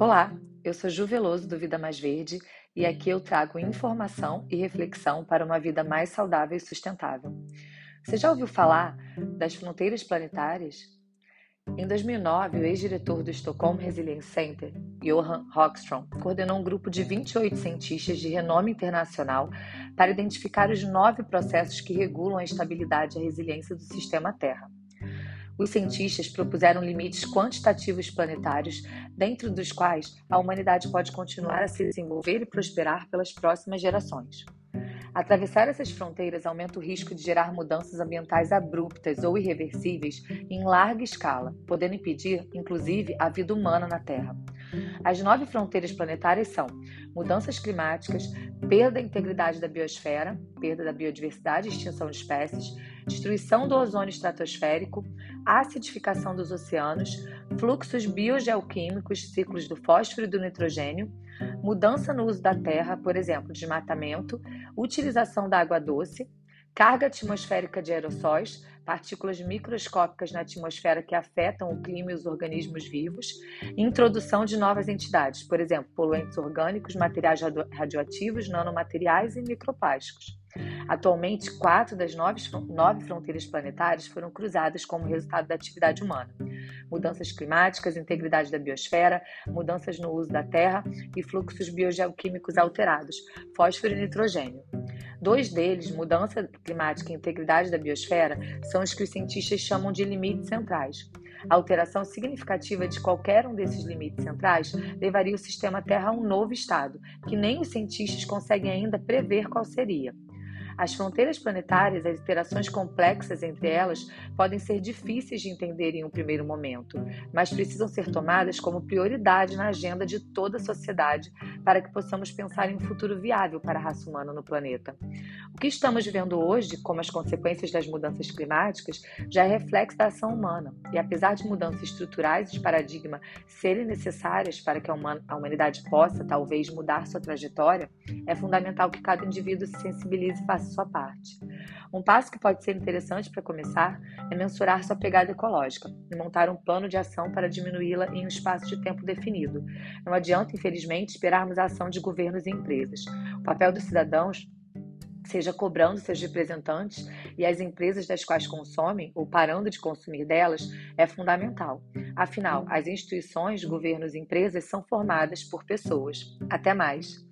Olá, eu sou Ju Veloso do Vida Mais Verde e aqui eu trago informação e reflexão para uma vida mais saudável e sustentável. Você já ouviu falar das fronteiras planetárias? Em 2009, o ex-diretor do Stockholm Resilience Center, Johan Rockström, coordenou um grupo de 28 cientistas de renome internacional para identificar os 9 processos que regulam a estabilidade e a resiliência do sistema Terra. Os cientistas propuseram limites quantitativos planetários, dentro dos quais a humanidade pode continuar a se desenvolver e prosperar pelas próximas gerações. Atravessar essas fronteiras aumenta o risco de gerar mudanças ambientais abruptas ou irreversíveis em larga escala, podendo impedir, inclusive, a vida humana na Terra. As 9 fronteiras planetárias são mudanças climáticas, perda da integridade da biosfera, perda da biodiversidade e extinção de espécies, destruição do ozônio estratosférico, acidificação dos oceanos, fluxos biogeoquímicos, ciclos do fósforo e do nitrogênio, mudança no uso da terra, por exemplo, desmatamento, utilização da água doce, carga atmosférica de aerossóis, partículas microscópicas na atmosfera que afetam o clima e os organismos vivos, e introdução de novas entidades, por exemplo, poluentes orgânicos, materiais radioativos, nanomateriais e microplásticos. Atualmente, 4 das 9 fronteiras planetárias foram cruzadas como resultado da atividade humana. Mudanças climáticas, integridade da biosfera, mudanças no uso da terra e fluxos biogeoquímicos alterados, fósforo e nitrogênio. 2 deles, mudança climática e integridade da biosfera, são os que os cientistas chamam de limites centrais. A alteração significativa de qualquer um desses limites centrais levaria o sistema Terra a um novo estado, que nem os cientistas conseguem ainda prever qual seria. As fronteiras planetárias, as interações complexas entre elas, podem ser difíceis de entender em um primeiro momento, mas precisam ser tomadas como prioridade na agenda de toda a sociedade para que possamos pensar em um futuro viável para a raça humana no planeta. O que estamos vivendo hoje, como as consequências das mudanças climáticas, já é reflexo da ação humana, e apesar de mudanças estruturais de paradigma serem necessárias para que a humanidade possa, talvez, mudar sua trajetória, é fundamental que cada indivíduo se sensibilize e faça sua parte. Um passo que pode ser interessante para começar é mensurar sua pegada ecológica e montar um plano de ação para diminuí-la em um espaço de tempo definido. Não adianta, infelizmente, esperarmos a ação de governos e empresas. O papel dos cidadãos, seja cobrando seus representantes e as empresas das quais consomem ou parando de consumir delas, é fundamental. Afinal, as instituições, governos e empresas são formadas por pessoas. Até mais!